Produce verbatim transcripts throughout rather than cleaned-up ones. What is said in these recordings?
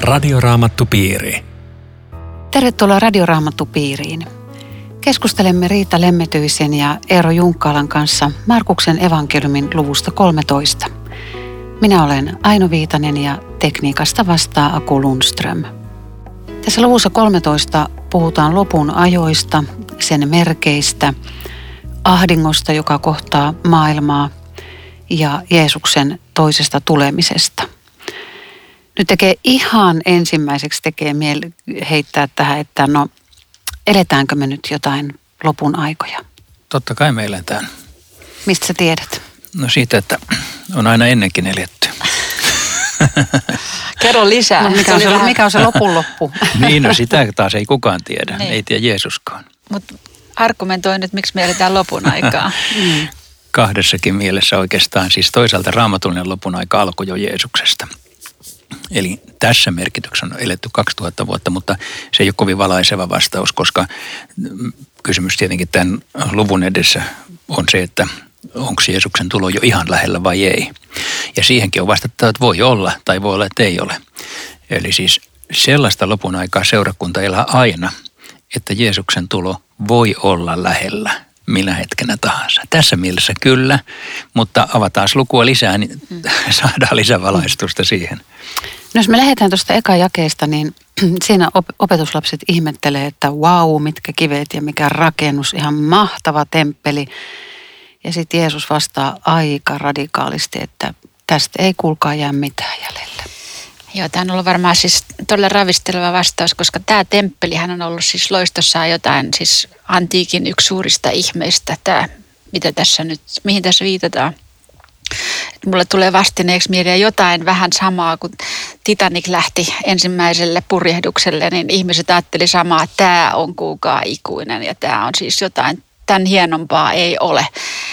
Radioraamattupiiri. Tervetuloa Radioraamattupiiriin. Keskustelemme Riitta Lemmetyisen ja Eero Junkkaalan kanssa Markuksen evankeliumin luvusta kolmetoista. Minä olen Aino Viitanen ja tekniikasta vastaa Aku Lundström. Tässä luvussa kolmetoista puhutaan lopun ajoista, sen merkeistä, ahdingosta, joka kohtaa maailmaa ja Jeesuksen toisesta tulemisesta. Nyt tekee ihan ensimmäiseksi tekee mieli heittää tähän, että no eletäänkö me nyt jotain lopun aikoja? Totta kai me eletään. Mistä sä tiedät? No siitä, että on aina ennenkin eletty. Kerro lisää. No, mikä, on se, mikä on se lopun loppu? Niin, no sitä taas ei kukaan tiedä. Niin. Ei tiedä Jeesuskaan. Mutta argumentoi nyt, miksi me eletään lopun aikaa. Mm. Kahdessakin mielessä oikeastaan. Siis toisaalta raamatullinen lopun aika alkoi jo Jeesuksesta. Eli tässä merkityksessä on eletty kaksituhatta vuotta, mutta se ei ole kovin valaiseva vastaus, koska kysymys tietenkin tämän luvun edessä on se, että onko Jeesuksen tulo jo ihan lähellä vai ei. Ja siihenkin on vastattava, että voi olla tai voi olla, että ei ole. Eli siis sellaista lopun aikaa seurakunta elää aina, että Jeesuksen tulo voi olla lähellä minä hetkenä tahansa. Tässä mielessä kyllä, mutta avataan lukua lisää, niin saadaan lisävalaistusta siihen. No jos me lähdetään tuosta eka jakeesta, niin siinä op- opetuslapset ihmettelee, että vau, mitkä kivet ja mikä rakennus, ihan mahtava temppeli. Ja sitten Jeesus vastaa aika radikaalisti, että tästä ei kuulkaa jää mitään jäljelle. Joo, tämä on ollut varmaan siis todella ravisteleva vastaus, koska tämä temppelihän on ollut siis loistossaan jotain siis antiikin yksi suurista ihmeistä. Tämä, mitä tässä nyt, mihin tässä viitataan. Et mulle tulee vastineeksi mieleen jotain vähän samaa, kun Titanic lähti ensimmäiselle purjehdukselle, niin ihmiset ajatteli samaa, että tämä on kuulkaa ikuinen ja tämä on siis jotain, tämän hienompaa ei ole.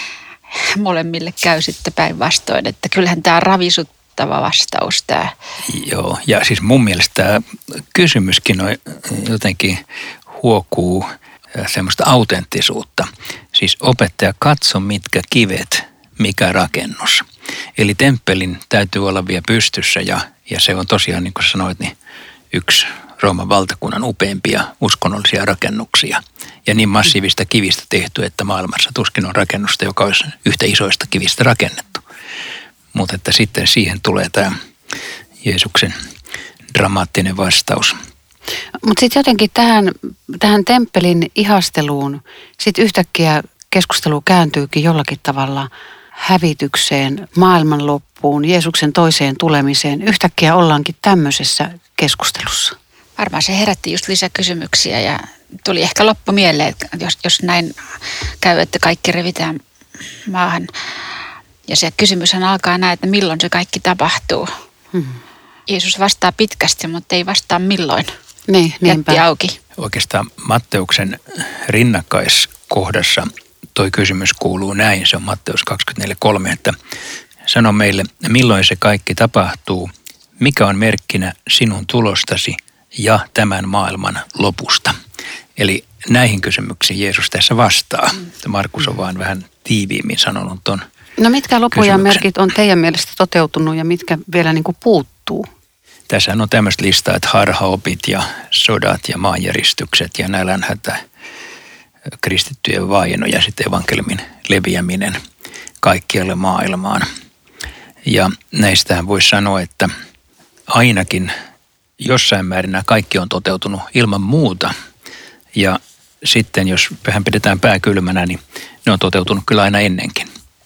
Molemmille käy sitten päinvastoin, että kyllähän tämä on ravisuttava vastaus tämä. Joo, ja siis mun mielestä tämä kysymyskin on jotenkin huokuu semmoista autenttisuutta. Siis opettaja, katso mitkä kivet, mikä rakennus. Eli temppelin täytyy olla vielä pystyssä ja, ja se on tosiaan, niin kuin sanoit, niin yksi Rooman valtakunnan upeimpia uskonnollisia rakennuksia. Ja niin massiivista kivistä tehty, että maailmassa tuskin on rakennusta, joka olisi yhtä isoista kivistä rakennettu. Mutta että sitten siihen tulee tämä Jeesuksen dramaattinen vastaus. Mutta sitten jotenkin tähän, tähän temppelin ihasteluun sitten yhtäkkiä keskustelu kääntyykin jollakin tavalla hävitykseen, maailmanloppuun, Jeesuksen toiseen tulemiseen. Yhtäkkiä ollaankin tämmöisessä keskustelussa. Varmaan se herätti just lisäkysymyksiä ja tuli ehkä loppu mieleen, että jos, jos näin käy, että kaikki revitään maahan. Ja se kysymyshän alkaa näin, että milloin se kaikki tapahtuu. Hmm. Jeesus vastaa pitkästi, mutta ei vastaa milloin. Niin, niinpä. Jätti auki. Oikeastaan Matteuksen rinnakkaiskohdassa toi kysymys kuuluu näin, se on Matteus kaksikymmentäneljä kolme, että sano meille, milloin se kaikki tapahtuu, mikä on merkkinä sinun tulostasi ja tämän maailman lopusta. Eli näihin kysymyksiin Jeesus tässä vastaa. Markus on vaan vähän tiiviimmin sanonut ton No mitkä lopujan kysymyksen. merkit on teidän mielestä toteutunut ja mitkä vielä niin kuin puuttuu? Tässä on tämmöistä listaa, että harhaopit ja sodat ja maanjäristykset ja nälänhätä, kristittyjen vaino ja sitten evankeliumin leviäminen kaikkialle maailmaan. Ja näistähän voisi sanoa, että ainakin jossain määrin nämä kaikki on toteutunut ilman muuta. Ja sitten jos vähän pidetään pää kylmänä, niin ne on toteutunut kyllä aina ennenkin.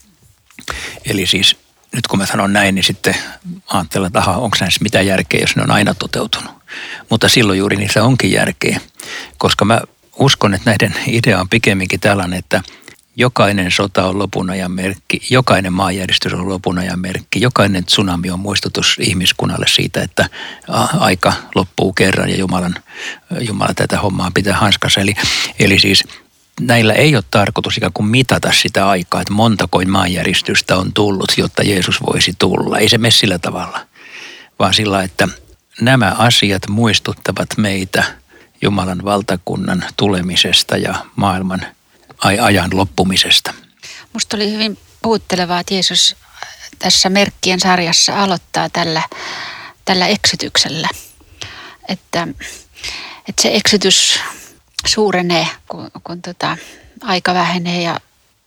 Eli siis nyt kun mä sanon näin, niin sitten ajattelen, että aha, onko näissä mitään järkeä, jos ne on aina toteutunut. Mutta silloin juuri niissä onkin järkeä, koska mä uskon, että näiden idea on pikemminkin tällainen, että jokainen sota on lopun ajan merkki, jokainen maanjäristys on lopun ajan merkki, jokainen tsunami on muistutus ihmiskunnalle siitä, että aika loppuu kerran ja Jumalan, Jumala tätä hommaa pitää hanskassa. Eli, eli siis näillä ei ole tarkoitus ikään kuin mitata sitä aikaa, että montako maanjäristystä on tullut, jotta Jeesus voisi tulla. Ei se mene sillä tavalla, vaan sillä, että nämä asiat muistuttavat meitä Jumalan valtakunnan tulemisesta ja maailman ajan loppumisesta. Musta oli hyvin puhuttelevaa, että Jeesus tässä merkkien sarjassa aloittaa tällä, tällä eksytyksellä. että, että se eksytys suurenee, kun, kun tota, aika vähenee ja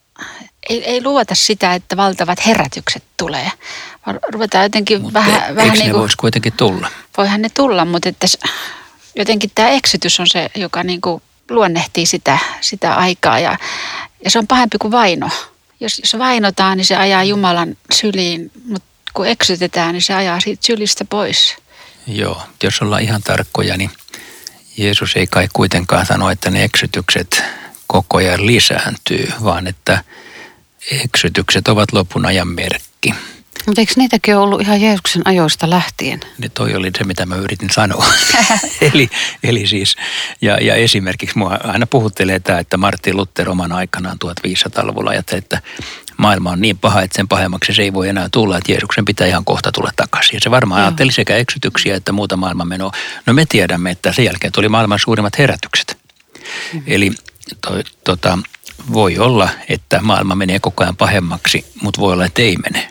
ei, ei luvata sitä, että valtavat herätykset tulee. Ruvetaan jotenkin mutta vähän... Eikö vähän ne niin kuin, voisi kuitenkin tulla? Voihan ne tulla, mutta että jotenkin tämä eksytys on se, joka niin kuin luonnehtii sitä, sitä aikaa ja, ja se on pahempi kuin vaino. Jos, jos vainotaan, niin se ajaa Jumalan syliin, mutta kun eksytetään, niin se ajaa siitä sylistä pois. Joo, jos ollaan ihan tarkkoja, niin Jeesus ei kai kuitenkaan sano, että ne eksytykset koko ajan lisääntyy, vaan että eksytykset ovat lopun ajan merkki. Mutta eikö niitäkin ole ollut ihan Jeesuksen ajoista lähtien? Ne toi oli se, mitä mä yritin sanoa. eli, eli siis, ja, ja esimerkiksi mua aina puhuttelee tämä, että Martin Luther oman aikanaan tuhatviisisataaluvulla ajatteli, että maailma on niin paha, että sen pahemmaksi se ei voi enää tulla, että Jeesuksen pitää ihan kohta tulla takaisin. Ja se varmaan Joo. ajatteli sekä eksytyksiä että muuta maailmanmenoa. No me tiedämme, että sen jälkeen tuli maailman suurimmat herätykset. Mm-hmm. Eli to, tota, voi olla, että maailma menee koko ajan pahemmaksi, mutta voi olla, että ei mene.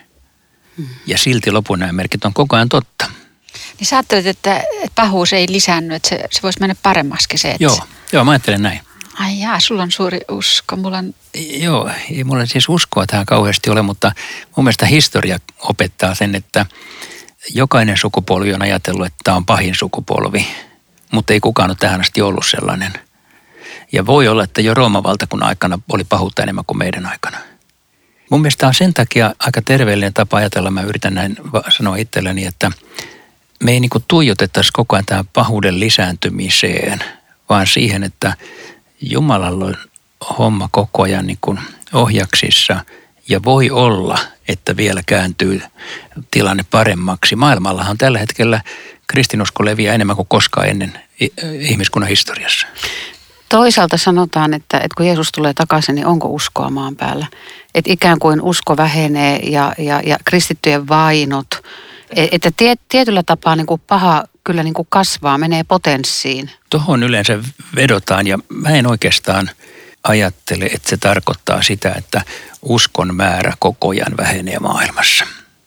Ja silti lopun nämä merkit on koko ajan totta. Niin sä ajattelet, että pahuus ei lisännyt, että se, se voisi mennä paremmaksi se, että... Joo, joo, mä ajattelen näin. Ai jaa, sulla on suuri usko. Mulla on... Joo, ei mulla siis uskoa tähän kauheasti ole, mutta mun mielestä historia opettaa sen, että jokainen sukupolvi on ajatellut, että tämä on pahin sukupolvi, mutta ei kukaan ole tähän asti ollut sellainen. Ja voi olla, että jo Rooman valtakunnan aikana oli pahuutta enemmän kuin meidän aikana. Mun mielestä on sen takia aika terveellinen tapa ajatella, mä yritän näin sanoa itselleni, että me ei niinku tuijotettaisi koko ajan tähän pahuuden lisääntymiseen, vaan siihen, että Jumalalla on homma koko ajan niinku ohjaksissa ja voi olla, että vielä kääntyy tilanne paremmaksi. Maailmallahan on tällä hetkellä kristinusko leviää enemmän kuin koskaan ennen ihmiskunnan historiassa. Toisaalta sanotaan, että, että kun Jeesus tulee takaisin, niin onko uskoa maan päällä? Että ikään kuin usko vähenee ja, ja, ja kristittyjen vainot. Että tie, tietyllä tapaa niin kuin paha kyllä niin kuin kasvaa, menee potenssiin. Tuohon yleensä vedotaan ja mä en oikeastaan ajattele, että se tarkoittaa sitä, että uskon määrä koko ajan vähenee maailmassa.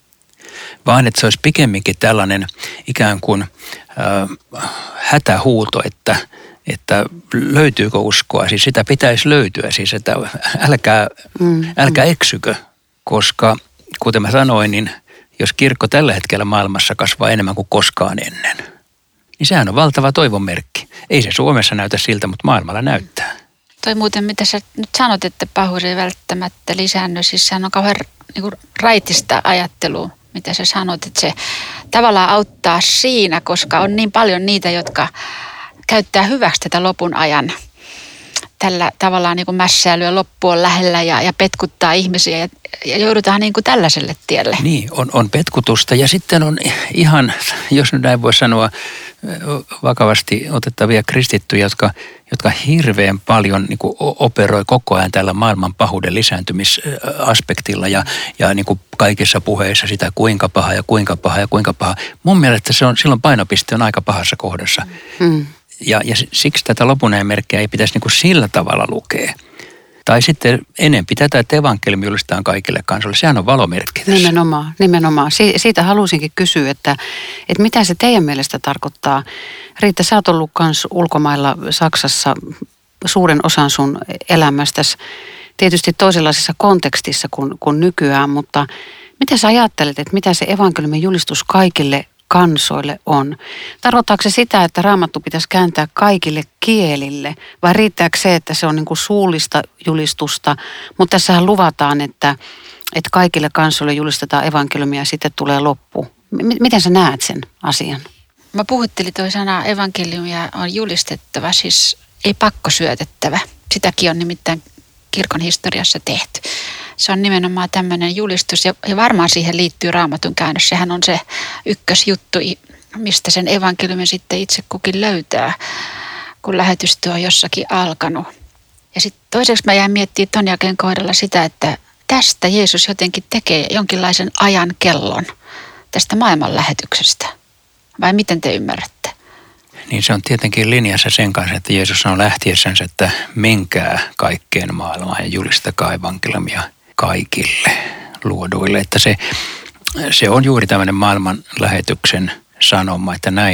Vaan että se olisi pikemminkin tällainen ikään kuin äh, hätähuuto, että että löytyykö uskoa, siis sitä pitäisi löytyä, siis että älkää, mm, älkää eksykö, koska kuten mä sanoin, niin jos kirkko tällä hetkellä maailmassa kasvaa enemmän kuin koskaan ennen, niin sehän on valtava toivon merkki. Ei se Suomessa näytä siltä, mutta maailmalla näyttää. Toi muuten, mitä sä nyt sanot, että pahuus ei välttämättä lisäänny, siis sehän on kauhean niin kuin raitista ajattelua, mitä sä sanot, että se tavallaan auttaa siinä, koska on niin paljon niitä, jotka käyttää hyväksi tätä lopun ajan tällä tavallaan niin kuin mässäilyä, loppu on lähellä ja, ja petkuttaa ihmisiä ja, ja joudutaan niin kuin tällaiselle tielle. Niin, on, on petkutusta ja sitten on ihan, jos nyt näin voi sanoa, vakavasti otettavia kristittyjä, jotka, jotka hirveän paljon niin kuin operoi koko ajan tällä maailman pahuuden lisääntymisaspektilla ja, ja niin kuin kaikissa puheissa sitä kuinka paha ja kuinka paha ja kuinka paha. Mun mielestä se on, silloin painopiste on aika pahassa kohdassa. Hmm. Ja, ja siksi tätä lopunajan merkkiä ei pitäisi niin kuin sillä tavalla lukea. Tai sitten enempi tätä, että evankeliumi julistetaan kaikille kansalle. Sehän on valomerkki tässä. Nimenomaan, nimenomaan. Si- siitä halusinkin kysyä, että, että mitä se teidän mielestä tarkoittaa. Riitta, sä oot ollut kans ulkomailla Saksassa suuren osan sun elämästäsi. Tietysti toisenlaisessa kontekstissa kuin, kuin nykyään, mutta mitä sä ajattelet, että mitä se evankeliumin julistus kaikille kansoille on? Tarkoittaako se sitä, että Raamattu pitäisi kääntää kaikille kielille vai riittääkö se, että se on niin kuin suullista julistusta, mutta tässähän luvataan, että, että kaikille kansoille julistetaan evankeliumia ja sitten tulee loppu. M- miten sä näet sen asian? Mä puhuttelin toi sana evankeliumia on julistettava, siis ei pakkosyötettävä. Sitäkin on nimittäin kirkon historiassa tehty. Se on nimenomaan tämmöinen julistus ja varmaan siihen liittyy Raamatun käännös. Sehän on se ykkösjuttu, mistä sen evankeliumin sitten itse kukin löytää, kun lähetystyö on jossakin alkanut. Ja sitten toiseksi mä jäin miettimään ton jakeen kohdalla sitä, että tästä Jeesus jotenkin tekee jonkinlaisen ajan kellon tästä maailman lähetyksestä. Vai miten te ymmärrätte? Niin se on tietenkin linjassa sen kanssa, että Jeesus on lähtiessänsä, että menkää kaikkeen maailmaan ja julistakaa evankeliumia kaikille luoduille. Että se, se on juuri tämmöinen maailman lähetyksen sanoma, että näin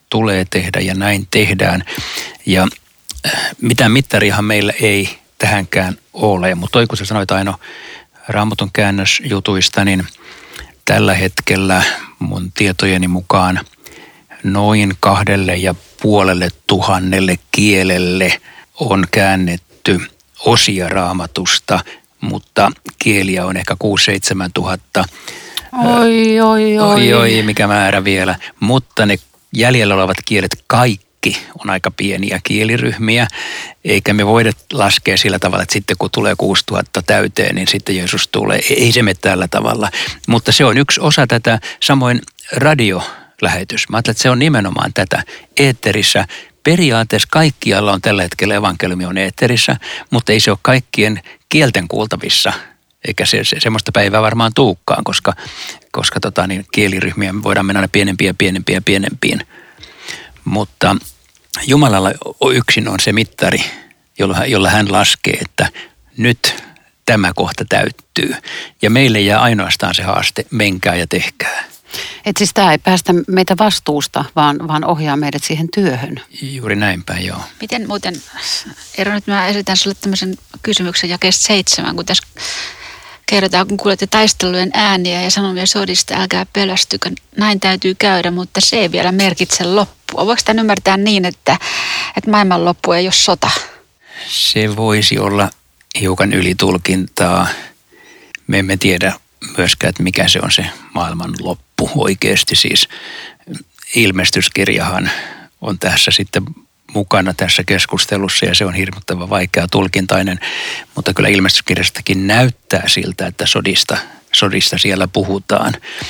tulee tehdä ja näin tehdään. Ja mitään mittariahan meillä ei tähänkään ole, mutta toi kun sä sanoit Aino Raamatun käännösjutuista, niin tällä hetkellä mun tietojeni mukaan noin kahdelle ja puolelle tuhannelle kielelle on käännetty osia Raamatusta, mutta kieliä on ehkä kuusi seitsemän tuhatta. Oi, oi, oi. Oi, oi, mikä määrä vielä. Mutta ne jäljellä olevat kielet kaikki on aika pieniä kieliryhmiä, eikä me voida laskea sillä tavalla, että sitten kun tulee kuusituhatta täyteen, niin sitten Jeesus tulee. Ei se mene tällä tavalla, mutta se on yksi osa tätä, samoin radiolähetys. Mä ajattelen, että se on nimenomaan tätä eetterissä. Periaatteessa kaikkialla on tällä hetkellä evankeliumi on eetterissä, mutta ei se ole kaikkien kielten kuultavissa. Eikä se, se semmoista päivää varmaan tuukkaan, koska, koska tota, niin kieliryhmiä me voidaan mennä aina pienempiä, pienempiä, pienempiin. Mutta Jumalalla yksin on se mittari, jolla, jolla hän laskee, että nyt tämä kohta täyttyy. Ja meille jää ainoastaan se haaste, menkää ja tehkää. Että siis tämä ei päästä meitä vastuusta, vaan, vaan ohjaa meidät siihen työhön. Juuri näin päin, joo. Miten muuten, Eero, nyt mä esitän sulle tämmöisen kysymyksen jakeesta seitsemän, kun tässä kerrotaan, kun kuulette taistelujen ääniä ja sanomia sodista, älkää pelästykö, näin täytyy käydä, mutta se ei vielä merkitse loppua. Voiko tämän ymmärtää niin, että, että maailmanloppu ei ole sota? Se voisi olla hiukan ylitulkintaa. Me emme tiedä myöskään, että mikä se on se maailmanloppu oikeasti. Siis ilmestyskirjahan on tässä sitten mukana tässä keskustelussa ja se on hirvittävän vaikea tulkintainen, mutta kyllä ilmestyskirjastakin näyttää siltä, että sodista, sodista siellä puhutaan.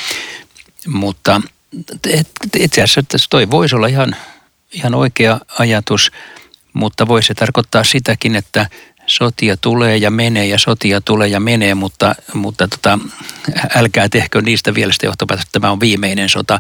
Mutta itse asiassa toi voisi olla ihan, ihan oikea ajatus, mutta voisi se tarkoittaa sitäkin, että sotia tulee ja menee ja sotia tulee ja menee, mutta, mutta tota, älkää tehkö niistä vielä sitä johtopäätöstä, että tämä on viimeinen sota.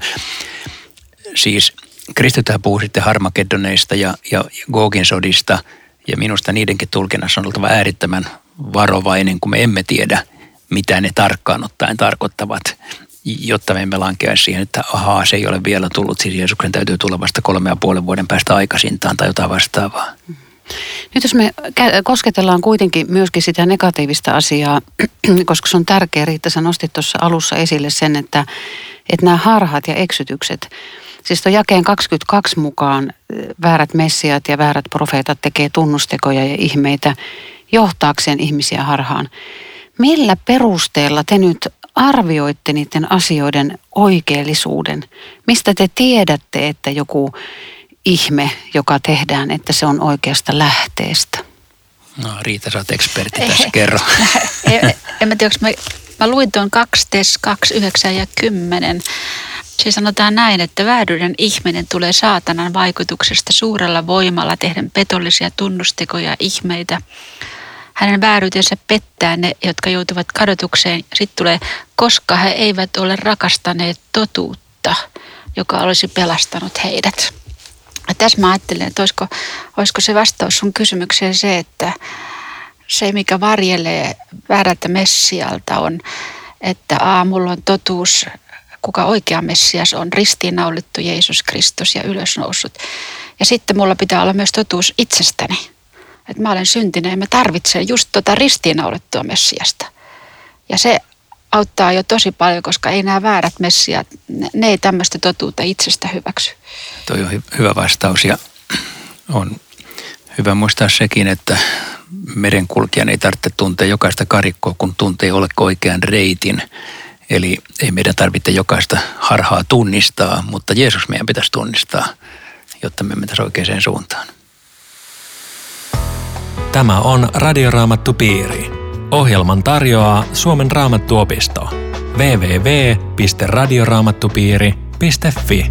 Siis kristittyhän puhuu sitten Harmagedoneista ja, ja Gogin sodista, ja minusta niidenkin tulkinnassa on oltava äärittömän varovainen, kun me emme tiedä, mitä ne tarkkaan ottaen tarkoittavat, jotta me emme lankeaisi siihen, että ahaa, se ei ole vielä tullut, siis Jeesuksen täytyy tulla vasta kolme ja puolen vuoden päästä aikaisintaan tai jotain vastaavaa. Nyt jos me kosketellaan kuitenkin myöskin sitä negatiivista asiaa, koska se on tärkeä, Riitta, sä nostit tuossa alussa esille sen, että, että nämä harhat ja eksytykset, siis tuon jakeen kaksikymmentäkaksi mukaan väärät messiat ja väärät profeetat tekee tunnustekoja ja ihmeitä johtaakseen ihmisiä harhaan. Millä perusteella te nyt arvioitte niiden asioiden oikeellisuuden? Mistä te tiedätte, että joku ihme, joka tehdään, että se on oikeasta lähteestä? No Riita, sä oot ekspertti tässä, kerro. en, en mä tiedä, mä, mä luin tuon kaksi tes kaksi, yhdeksän ja kymmenen. Se sanotaan näin, että vääryyden ihminen tulee saatanan vaikutuksesta suurella voimalla tehden petollisia tunnustekoja ja ihmeitä. Hänen vääryytensä pettää ne, jotka joutuvat kadotukseen. Sitten tulee, koska he eivät ole rakastaneet totuutta, joka olisi pelastanut heidät. Ja tässä mä ajattelen, että olisiko, olisiko se vastaus sun kysymykseen se, että se mikä varjelee väärältä messialta on, että aamulla on totuus, kuka oikea Messias on, ristiinnaulittu Jeesus Kristus ja ylösnoussut. Ja sitten mulla pitää olla myös totuus itsestäni. Että mä olen syntinen ja mä tarvitsen just tota ristiinnaulittua Messiasta. Ja se auttaa jo tosi paljon, koska ei nämä väärät Messiat, ne, ne ei tämmöistä totuutta itsestä hyväksy. Toi on hyvä vastaus ja on hyvä muistaa sekin, että merenkulkijan ei tarvitse tuntea jokaista karikkoa, kun tuntee ole oikean reitin. Eli ei meidän tarvitse jokaista harhaa tunnistaa, mutta Jeesus meidän pitäisi tunnistaa, jotta me mentäisiin oikeaan suuntaan. Tämä on Radioraamattupiiri. Ohjelman tarjoaa Suomen Raamattuopisto. double-u double-u double-u piste radioraamattupiiri piste fi.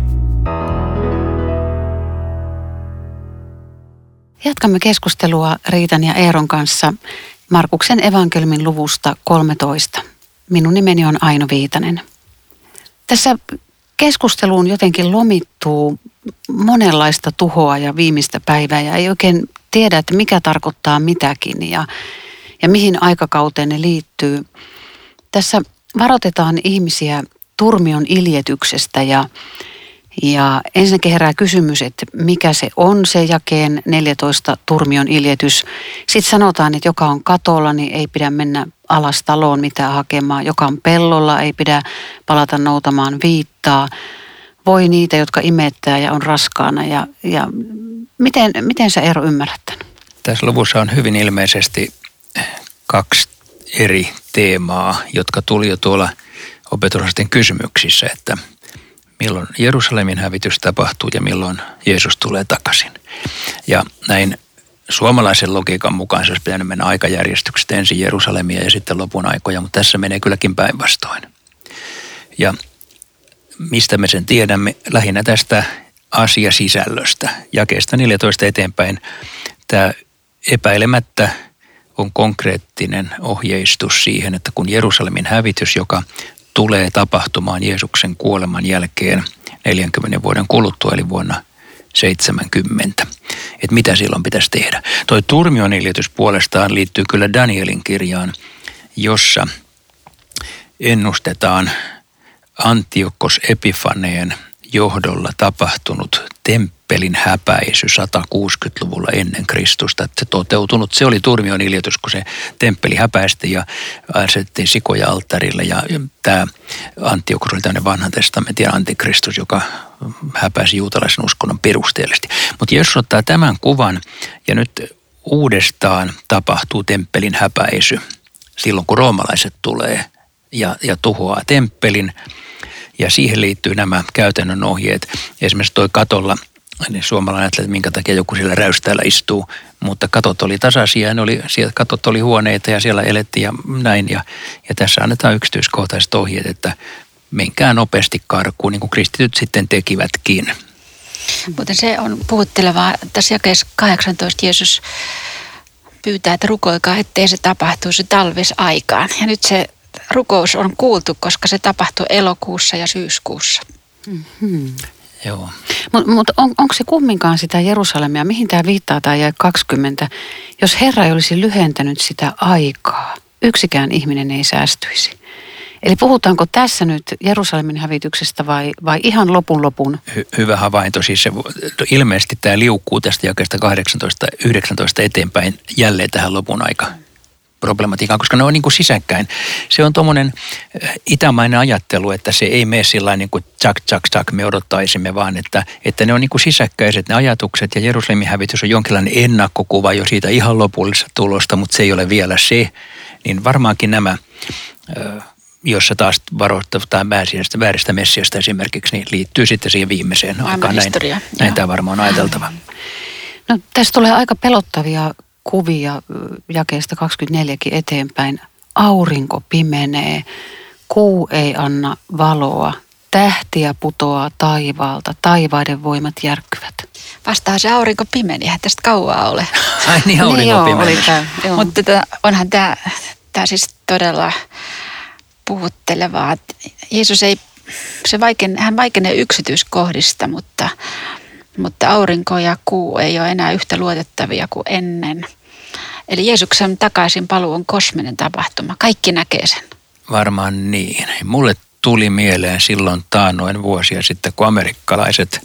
Jatkamme keskustelua Riitan ja Eeron kanssa Markuksen evankeliumin luvusta kolmetoista. Minun nimeni on Aino Viitanen. Tässä keskusteluun jotenkin lomittuu monenlaista tuhoa ja viimeistä päivää ja ei oikein tiedä, että mikä tarkoittaa mitäkin ja, ja mihin aikakauteen ne liittyy. Tässä varoitetaan ihmisiä turmion iljetyksestä ja, Ja ensinnäkin herää kysymys, että mikä se on se jakeen neljätoista turmion iljetys. Sitten sanotaan, että joka on katolla, niin ei pidä mennä alas taloon mitään hakemaan. Joka on pellolla, ei pidä palata noutamaan viittaa. Voi niitä, jotka imettää ja on raskaana. Ja, ja miten, miten sä Eero ymmärrät tämän? Tässä luvussa on hyvin ilmeisesti kaksi eri teemaa, jotka tuli jo tuolla opetuslasten kysymyksissä, että milloin Jerusalemin hävitys tapahtuu ja milloin Jeesus tulee takaisin. Ja näin suomalaisen logiikan mukaan se olisi pitänyt mennä aikajärjestyksestä ensin Jerusalemia ja sitten lopun aikoja, mutta tässä menee kylläkin päinvastoin. Ja mistä me sen tiedämme? Lähinnä tästä asiasisällöstä. Jakeesta neljätoista eteenpäin tämä epäilemättä on konkreettinen ohjeistus siihen, että kun Jerusalemin hävitys, joka tulee tapahtumaan Jeesuksen kuoleman jälkeen neljänkymmenen vuoden kuluttua, eli vuonna seitsemänkymmentä. Että mitä silloin pitäisi tehdä. Toi turmion iljetys puolestaan liittyy kyllä Danielin kirjaan, jossa ennustetaan Antiokkos Epifaneen johdolla tapahtunut temppelin häpäisy satakuusikymmentäluvulla ennen Kristusta. Että se toteutunut, se oli turmion iljetys, kun se temppeli häpäisti ja asetettiin sikoja alttarille. Ja tämä Antiokkos oli tämmöinen vanhan testamentin antikristus, joka häpäisi juutalaisen uskonnon perusteellisesti. Mutta Jeesus ottaa tämän kuvan ja nyt uudestaan tapahtuu temppelin häpäisy silloin, kun roomalaiset tulee ja, ja tuhoaa temppelin. Ja siihen liittyy nämä käytännön ohjeet. Esimerkiksi toi katolla, niin suomalainen ajattelee, että minkä takia joku siellä räystäällä istuu, mutta katot oli tasaisia, ne oli, siellä katot oli huoneita ja siellä elettiin ja näin. Ja, ja tässä annetaan yksityiskohtaiset ohjeet, että menkää nopeasti karkuun, niin kuin kristityt sitten tekivätkin. Mutta se on puhuttelevaa. Tässä jakeessa kahdeksantoista Jeesus pyytää, että rukoilkaa, ettei se tapahtuisi talvisaikaan. Ja nyt se rukous on kuultu, koska se tapahtui elokuussa ja syyskuussa. Mm-hmm. Joo. Mutta mut on, onko se kumminkaan sitä Jerusalemia? Mihin tämä viittaa tämä jae kaksikymmentä? Jos Herra ei olisi lyhentänyt sitä aikaa, yksikään ihminen ei säästyisi. Eli puhutaanko tässä nyt Jerusalemin hävityksestä vai, vai ihan lopun lopun? Hy- hyvä havainto. Siis se, ilmeisesti tämä liukkuu tästä jakeesta kahdeksantoista yhdeksäntoista eteenpäin jälleen tähän lopun aikaan problematiikkaan, koska ne on niin kuin sisäkkäin. Se on tuommoinen itämainen ajattelu, että se ei mene sillä niin kuin tsak, tsak, tsak, me odottaisimme, vaan että, että ne on niin kuin sisäkkäiset ne ajatukset ja Jerusalemin hävitys on jonkinlainen ennakkokuva jo siitä ihan lopullisesta tulosta, mutta se ei ole vielä se. Niin varmaankin nämä, jossa taas varoittaa vääristä, vääristä messiasta esimerkiksi, niin liittyy sitten siihen viimeiseen aikaan. Näin, näin tämä varmaan on ajateltava. No, tässä tulee aika pelottavia kuvia jakeesta kaksikymmentäneljäkin eteenpäin. Aurinko pimenee, kuu ei anna valoa, tähtiä putoaa taivaalta, taivaiden voimat järkkyvät. Vastaan se aurinko pimeni, eihän tästä kauaa ole. Ai niin, aurinko niin pimeni. Joo, mutta tota, onhan tämä, tämä siis todella puhuttelevaa. Jeesus ei, se vaiken, hän vaikenee yksityiskohdista, mutta, mutta aurinko ja kuu ei ole enää yhtä luotettavia kuin ennen. Eli Jeesuksen takaisin paluu on kosminen tapahtuma. Kaikki näkee sen. Varmaan niin. Mulle tuli mieleen silloin taannoin vuosia sitten, kun amerikkalaiset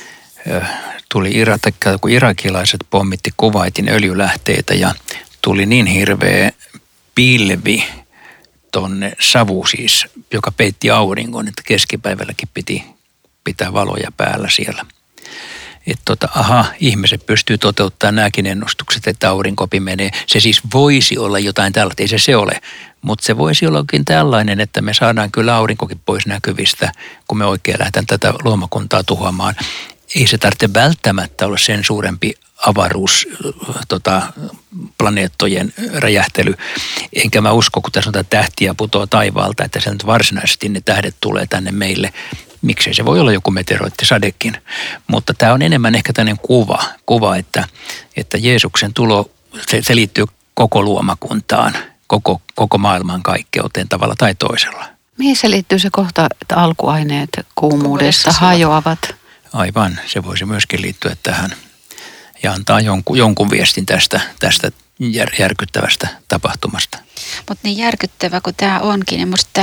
tuli, kun irakilaiset pommitti Kuwaitin öljylähteitä ja tuli niin hirveä pilvi tonne savu siis, joka peitti auringon, että keskipäivälläkin piti pitää valoja päällä siellä. Että tota, aha, ihmiset pystyy toteuttamaan nämäkin ennustukset, että aurinko pimenee. Se siis voisi olla jotain tällaista, ei se se ole, mutta se voisi ollakin tällainen, että me saadaan kyllä aurinkokin pois näkyvistä, kun me oikein lähdetään tätä luomakuntaa tuhoamaan. Ei se tarvitse välttämättä olla sen suurempi avaruus, tota, planeettojen räjähtely. Enkä mä usko, kun tässä on tähtiä putoaa taivaalta, että se nyt varsinaisesti ne tähdet tulee tänne meille. Miksei se voi olla joku meteoroittisadekin. Mutta tämä on enemmän ehkä tämmöinen kuva, kuva että, että Jeesuksen tulo, se, se liittyy koko luomakuntaan, koko, koko maailman kaikkeuteen tavalla tai toisella. Mihin se liittyy se kohta, että alkuaineet kuumuudessa hajoavat? Aivan, se voisi myöskin liittyä tähän ja antaa jonkun, jonkun viestin tästä, tästä jär, järkyttävästä tapahtumasta. Mutta niin järkyttävä kuin tämä onkin, niin musta tämä on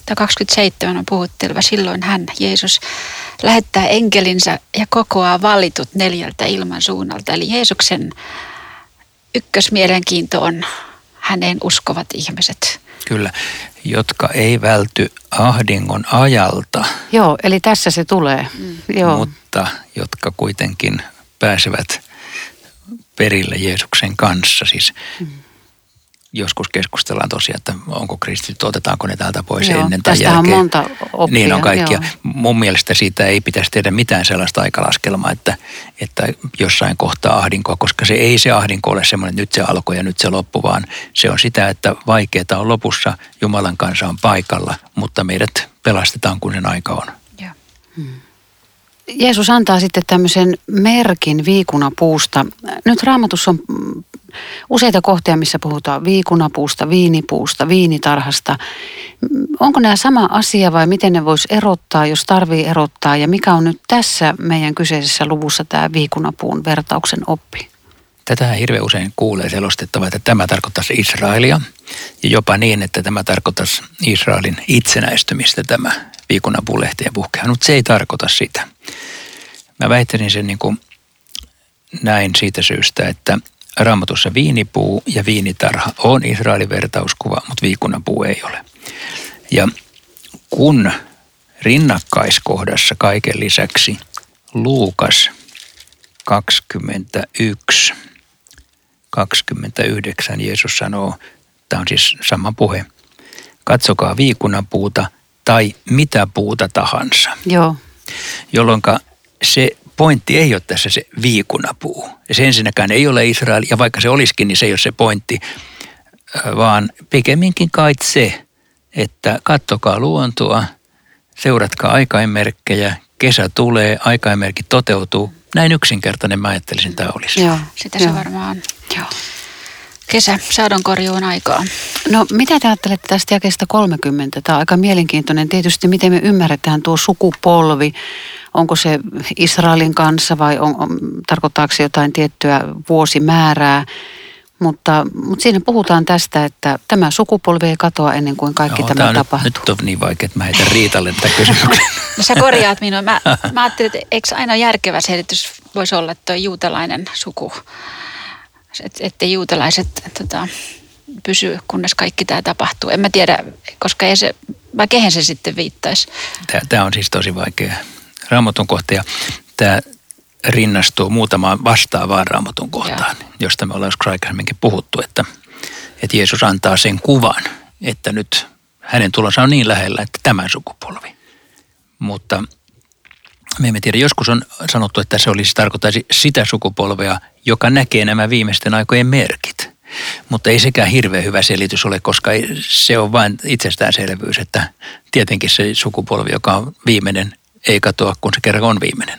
Tämä kaksikymmentäseitsemän on puhutteleva. Silloin hän, Jeesus, lähettää enkelinsä ja kokoaa valitut neljältä ilman suunnalta. Eli Jeesuksen ykkösmielenkiinto on hänen uskovat ihmiset. Kyllä, jotka ei välty ahdingon ajalta. Joo, eli tässä se tulee. Mm. Joo. Mutta jotka kuitenkin pääsevät perille Jeesuksen kanssa. Siis mm. joskus keskustellaan tosiaan, että onko kristityt, otetaanko ne täältä pois Joo, ennen tai jälkeen. jälkeen. On monta oppia. Niin on kaikkia. Joo. Mun mielestä siitä ei pitäisi tehdä mitään sellaista aikalaskelmaa, että, että jossain kohtaa ahdinkoa, koska se ei se ahdinko ole semmoinen, että nyt se alkoi ja nyt se loppu, vaan se on sitä, että vaikeaa on lopussa, Jumalan kanssa on paikalla, mutta meidät pelastetaan, kun sen aika on. Joo. Hmm. Jeesus antaa sitten tämmöisen merkin viikunapuusta. Nyt Raamatussa on useita kohtia, missä puhutaan viikunapuusta, viinipuusta, viinitarhasta. Onko nämä sama asia vai miten ne voisi erottaa, jos tarvii erottaa? Ja mikä on nyt tässä meidän kyseisessä luvussa tämä viikunapuun vertauksen oppi? Tätähän hirveän usein kuulee selostettava, että tämä tarkoittaisi Israelia ja jopa niin, että tämä tarkoittaisi Israelin itsenäistymistä, tämä viikunapuulehtien puhkea. Mutta se ei tarkoita sitä. Mä väittäisin sen niin kuin näin siitä syystä, että Raamatussa viinipuu ja viinitarha on Israelin vertauskuva, mutta viikunapuu ei ole. Ja kun rinnakkaiskohdassa kaiken lisäksi Luukas kaksikymmentäyksi, kaksikymmentäyhdeksän Jeesus sanoo, tämä on siis sama puhe, katsokaa viikunapuuta tai mitä puuta tahansa. Joo. Jolloinka se pointti ei ole tässä se viikunapuu. Se ensinnäkään ei ole Israel, ja vaikka se olisikin, niin se ei ole se pointti, vaan pikemminkin kai se, että kattokaa luontoa, seuratkaa aikainmerkkejä, kesä tulee, aikainmerkit toteutuu. Näin yksinkertainen mä ajattelisin tämä olisi. Joo. Sitä Joo. se varmaan on. Joo. Kesä, sadonkorjuun aikaa. No mitä te ajattelette tästä jakeesta kolmekymmentä? Tämä on aika mielenkiintoinen. Tietysti miten me ymmärretään tuo sukupolvi. Onko se Israelin kanssa vai on, on, tarkoittaako se jotain tiettyä vuosimäärää? Mutta, mutta siinä puhutaan tästä, että tämä sukupolvi ei katoa ennen kuin kaikki no, tämä, tämä tapahtuu. Nyt, nyt on niin vaikea, että mä heitän Riitalle tätä kysymyksen. No sä korjaat minua. Mä, mä ajattelin, että eikö aina järkevä selitys voisi olla tuo juutalainen suku? Että ettei juutalaiset tota, pysy, kunnes kaikki tämä tapahtuu. En mä tiedä, koska ei se, vai kehen se sitten viittaisi? Tämä, tämä on siis tosi vaikea Raamatun kohta ja tämä rinnastuu muutamaan vastaavaan Raamatun kohtaan, ja josta me ollaan joskus aikaisemminkin puhuttu, että, että Jeesus antaa sen kuvan, että nyt hänen tulonsa on niin lähellä, että tämä sukupolvi. Mutta me emme tiedä, joskus on sanottu, että se olisi tarkoittaisi sitä sukupolvea, joka näkee nämä viimeisten aikojen merkit. Mutta ei sekään hirveän hyvä selitys ole, koska se on vain itsestäänselvyys, että tietenkin se sukupolvi, joka on viimeinen, ei katoa, kun se kerran on viimeinen.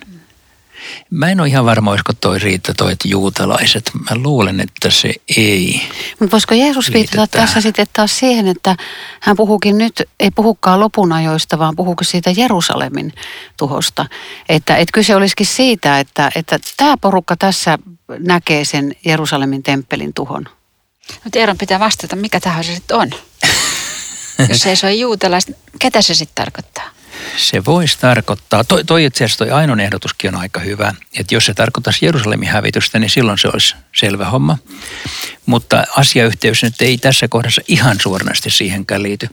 Mä en ole ihan varma, olisiko toi Riitta toi, että juutalaiset. Mä luulen, että se ei. Mutta voisiko Jeesus viitata tässä sitten taas siihen, että hän puhuukin nyt, ei puhukaan lopun ajoista, vaan puhuukin siitä Jerusalemin tuhosta. Että et kyse olisikin siitä, että, että tämä porukka tässä näkee sen Jerusalemin temppelin tuhon. Mutta Eeron pitää vastata, mikä tahansa se sitten on. Jos ei se ole juutalaiset, ketä se sitten tarkoittaa? Se voisi tarkoittaa, toi, toi itse asiassa toi Ainon ehdotuskin on aika hyvä, että jos se tarkoittaisi Jerusalemin hävitystä, niin silloin se olisi selvä homma. Mutta asiayhteys nyt ei tässä kohdassa ihan suoranaisesti siihenkään liity.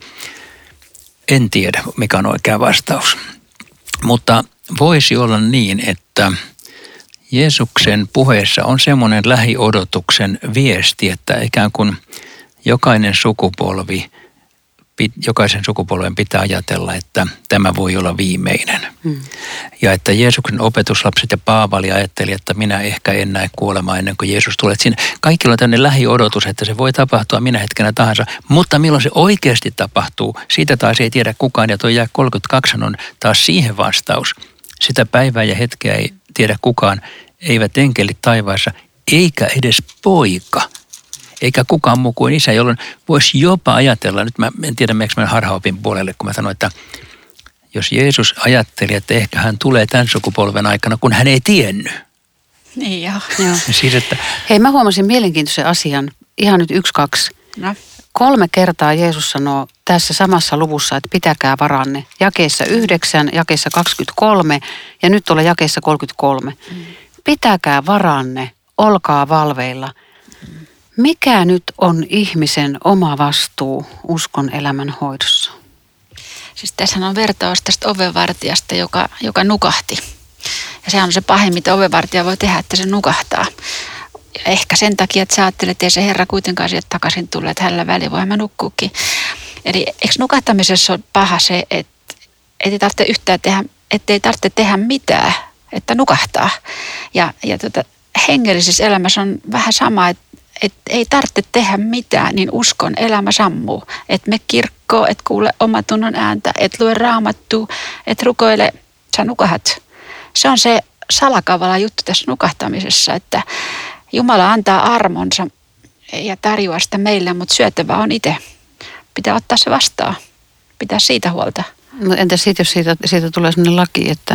En tiedä, mikä on oikea vastaus. Mutta voisi olla niin, että Jeesuksen puheessa on semmoinen lähiodotuksen viesti, että ikään kuin jokainen sukupolvi jokaisen sukupolven pitää ajatella, että tämä voi olla viimeinen. Hmm. Ja että Jeesuksen opetuslapset ja Paavali ajatteli, että minä ehkä en näe kuolemaa ennen kuin Jeesus tulee. Siinä kaikilla on tämmöinen lähiodotus, että se voi tapahtua minä hetkenä tahansa, mutta milloin se oikeasti tapahtuu, siitä taas ei tiedä kukaan. Ja tuo jae kolmekymmentäkaksi on taas siihen vastaus. Sitä päivää ja hetkeä ei tiedä kukaan, eivät enkelit taivaassa, eikä edes poika. Eikä kukaan muu kuin isä, jolloin voisi jopa ajatella, nyt mä en tiedä, meneekö mä harhaopin puolelle, kun mä sanoin, että jos Jeesus ajatteli, että ehkä hän tulee tämän sukupolven aikana, kun hän ei tiennyt. Niin joo. joo. Siis, että Hei, mä huomasin mielenkiintoisen asian, ihan nyt yksi, kaksi. No. Kolme kertaa Jeesus sanoo tässä samassa luvussa, että pitäkää varanne. Jakeessa yhdeksän, jakeessa kaksikymmentäkolme ja nyt tulee jakeessa kolmekymmentäkolme. Mm. Pitäkää varanne, olkaa valveilla. Mikä nyt on ihmisen oma vastuu uskon elämän hoidossa? Siis tässä on vertaus tästä ovenvartijasta, joka, joka nukahti. Ja se on se pahin, mitä ovenvartija voi tehdä, että se nukahtaa. Ja ehkä sen takia, että sä ajattelet, että ei se Herra kuitenkaan sieltä takaisin tule, että hänellä väli voi mä nukkuukin. Eli eikö nukahtamisessa ole paha se, että ei tarvitse yhtään tehdä, ettei tarvitse tehdä mitään, että nukahtaa. Ja, ja tuota, hengellisessä elämässä on vähän sama, että et ei tarvitse tehdä mitään, niin uskon elämä sammuu. Et me kirkkoon, et kuule omatunnon ääntä, et lue raamattua, et rukoile, sä nukahat. Se on se salakavala juttu tässä nukahtamisessa, että Jumala antaa armonsa ja tarjoaa sitä meille, mutta syötävä on itse. Pitää ottaa se vastaan, pitää siitä huolta. No entäs sitten, jos siitä, siitä tulee sellainen laki, että...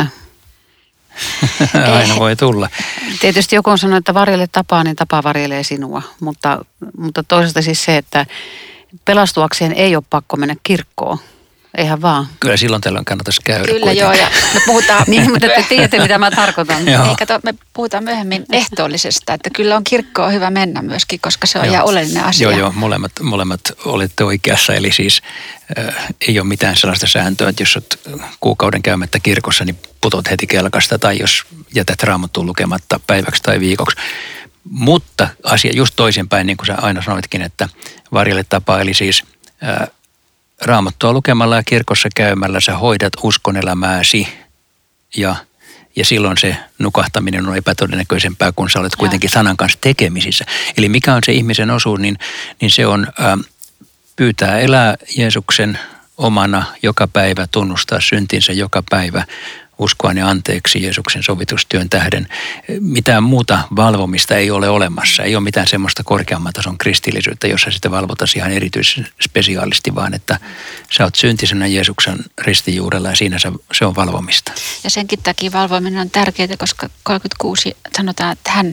Aina voi tulla. Tietysti joku on sanonut, että varjele tapaa, niin tapa varjelee sinua. Mutta, mutta toisaalta siis se, että pelastuakseen ei ole pakko mennä kirkkoon. Eihän vaan. Kyllä silloin tällöin kannattaisi käydä. Kyllä kuitenkin. joo, ja me puhutaan... niin, mutta te tiedätte, mitä mä tarkoitan. Ei, kato, me puhutaan myöhemmin ehtoollisesta, että kyllä on kirkkoon hyvä mennä myöskin, koska se on joo. ihan oleellinen asia. Joo, joo, molemmat, molemmat olette oikeassa, eli siis äh, ei ole mitään sellaista sääntöä, että jos olet kuukauden käymättä kirkossa, niin putot heti kelkasta, tai jos jätät raamattua lukematta päiväksi tai viikoksi. Mutta asia just toisinpäin, niin kuin sä aina sanoitkin, että varjelle tapa, eli siis... Äh, Raamattua lukemalla ja kirkossa käymällä sä hoidat uskonelämääsi ja, ja silloin se nukahtaminen on epätodennäköisempää, kun sä olet kuitenkin sanan kanssa tekemisissä. Eli mikä on se ihmisen osuus, niin, niin se on ä, pyytää elää Jeesuksen omana joka päivä, tunnustaa syntinsä joka päivä, uskoa ne anteeksi Jeesuksen sovitustyön tähden. Mitään muuta valvomista ei ole olemassa. Ei ole mitään semmoista korkeamman tason kristillisyyttä, jossa sitä valvotaisiin ihan erityisspesiaalisti, vaan että sä oot syntisenä Jeesuksen ristijuurella ja siinä se on valvomista. Ja senkin takia valvominen on tärkeää, koska kolmekymmentäkuusi sanotaan, että hän,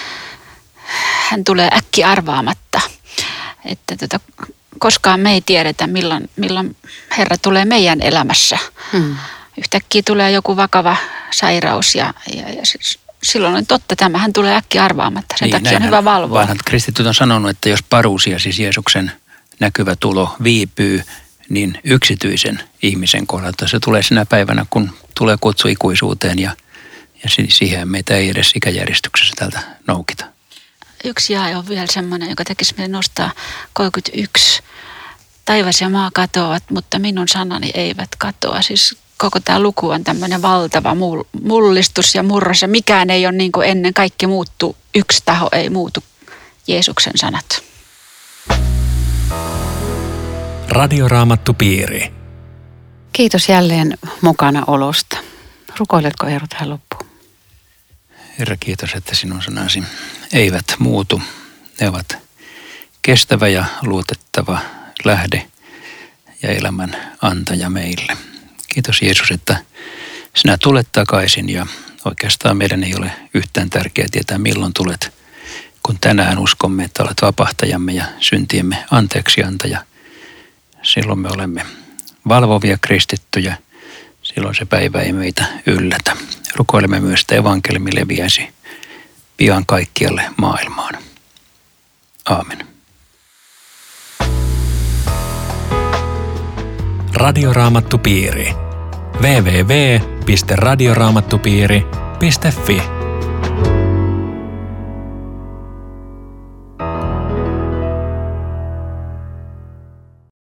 hän tulee äkki arvaamatta. Että tota, koskaan me ei tiedetä, milloin, milloin Herra tulee meidän elämässä. Hmm. Yhtäkkiä tulee joku vakava sairaus ja, ja, ja silloin on totta, tämähän tulee äkkiä arvaamatta. Sen niin, takia on hyvä valvoa. Vanhat kristityt on sanonut, että jos paruusia, siis Jeesuksen näkyvä tulo viipyy, niin yksityisen ihmisen kohdalta se tulee sinä päivänä, kun tulee kutsu ikuisuuteen ja, ja siihen meitä ei edes ikäjärjestyksessä tältä noukita. Yksi jae on vielä semmoinen, joka tekisi meidän nostaa kolmekymmentäyksi. Taivas ja maa katoavat, mutta minun sanani eivät katoa. Siis koko tämä luku on tämmöinen valtava mullistus ja murros ja mikään ei ole niin kuin ennen, kaikki muuttuu. Yksi taho ei muutu, Jeesuksen sanat. Radioraamattupiiri. Kiitos jälleen mukana olosta. Rukoiletko Eero tähän loppuun? Herra, kiitos, että sinun sanasi eivät muutu. Ne ovat kestävä ja luotettava lähde ja elämän antaja meille. Kiitos Jeesus, että sinä tulet takaisin ja oikeastaan meidän ei ole yhtään tärkeää tietää milloin tulet, kun tänään uskomme, että olet vapahtajamme ja syntiemme anteeksiantaja. Silloin me olemme valvovia kristittyjä, silloin se päivä ei meitä yllätä. Rukoilemme myös, että evankeliumi leviäisi pian kaikkialle maailmaan. Aamen. Radioraamattupiiri. double-u double-u double-u piste radioraamattupiiri piste fi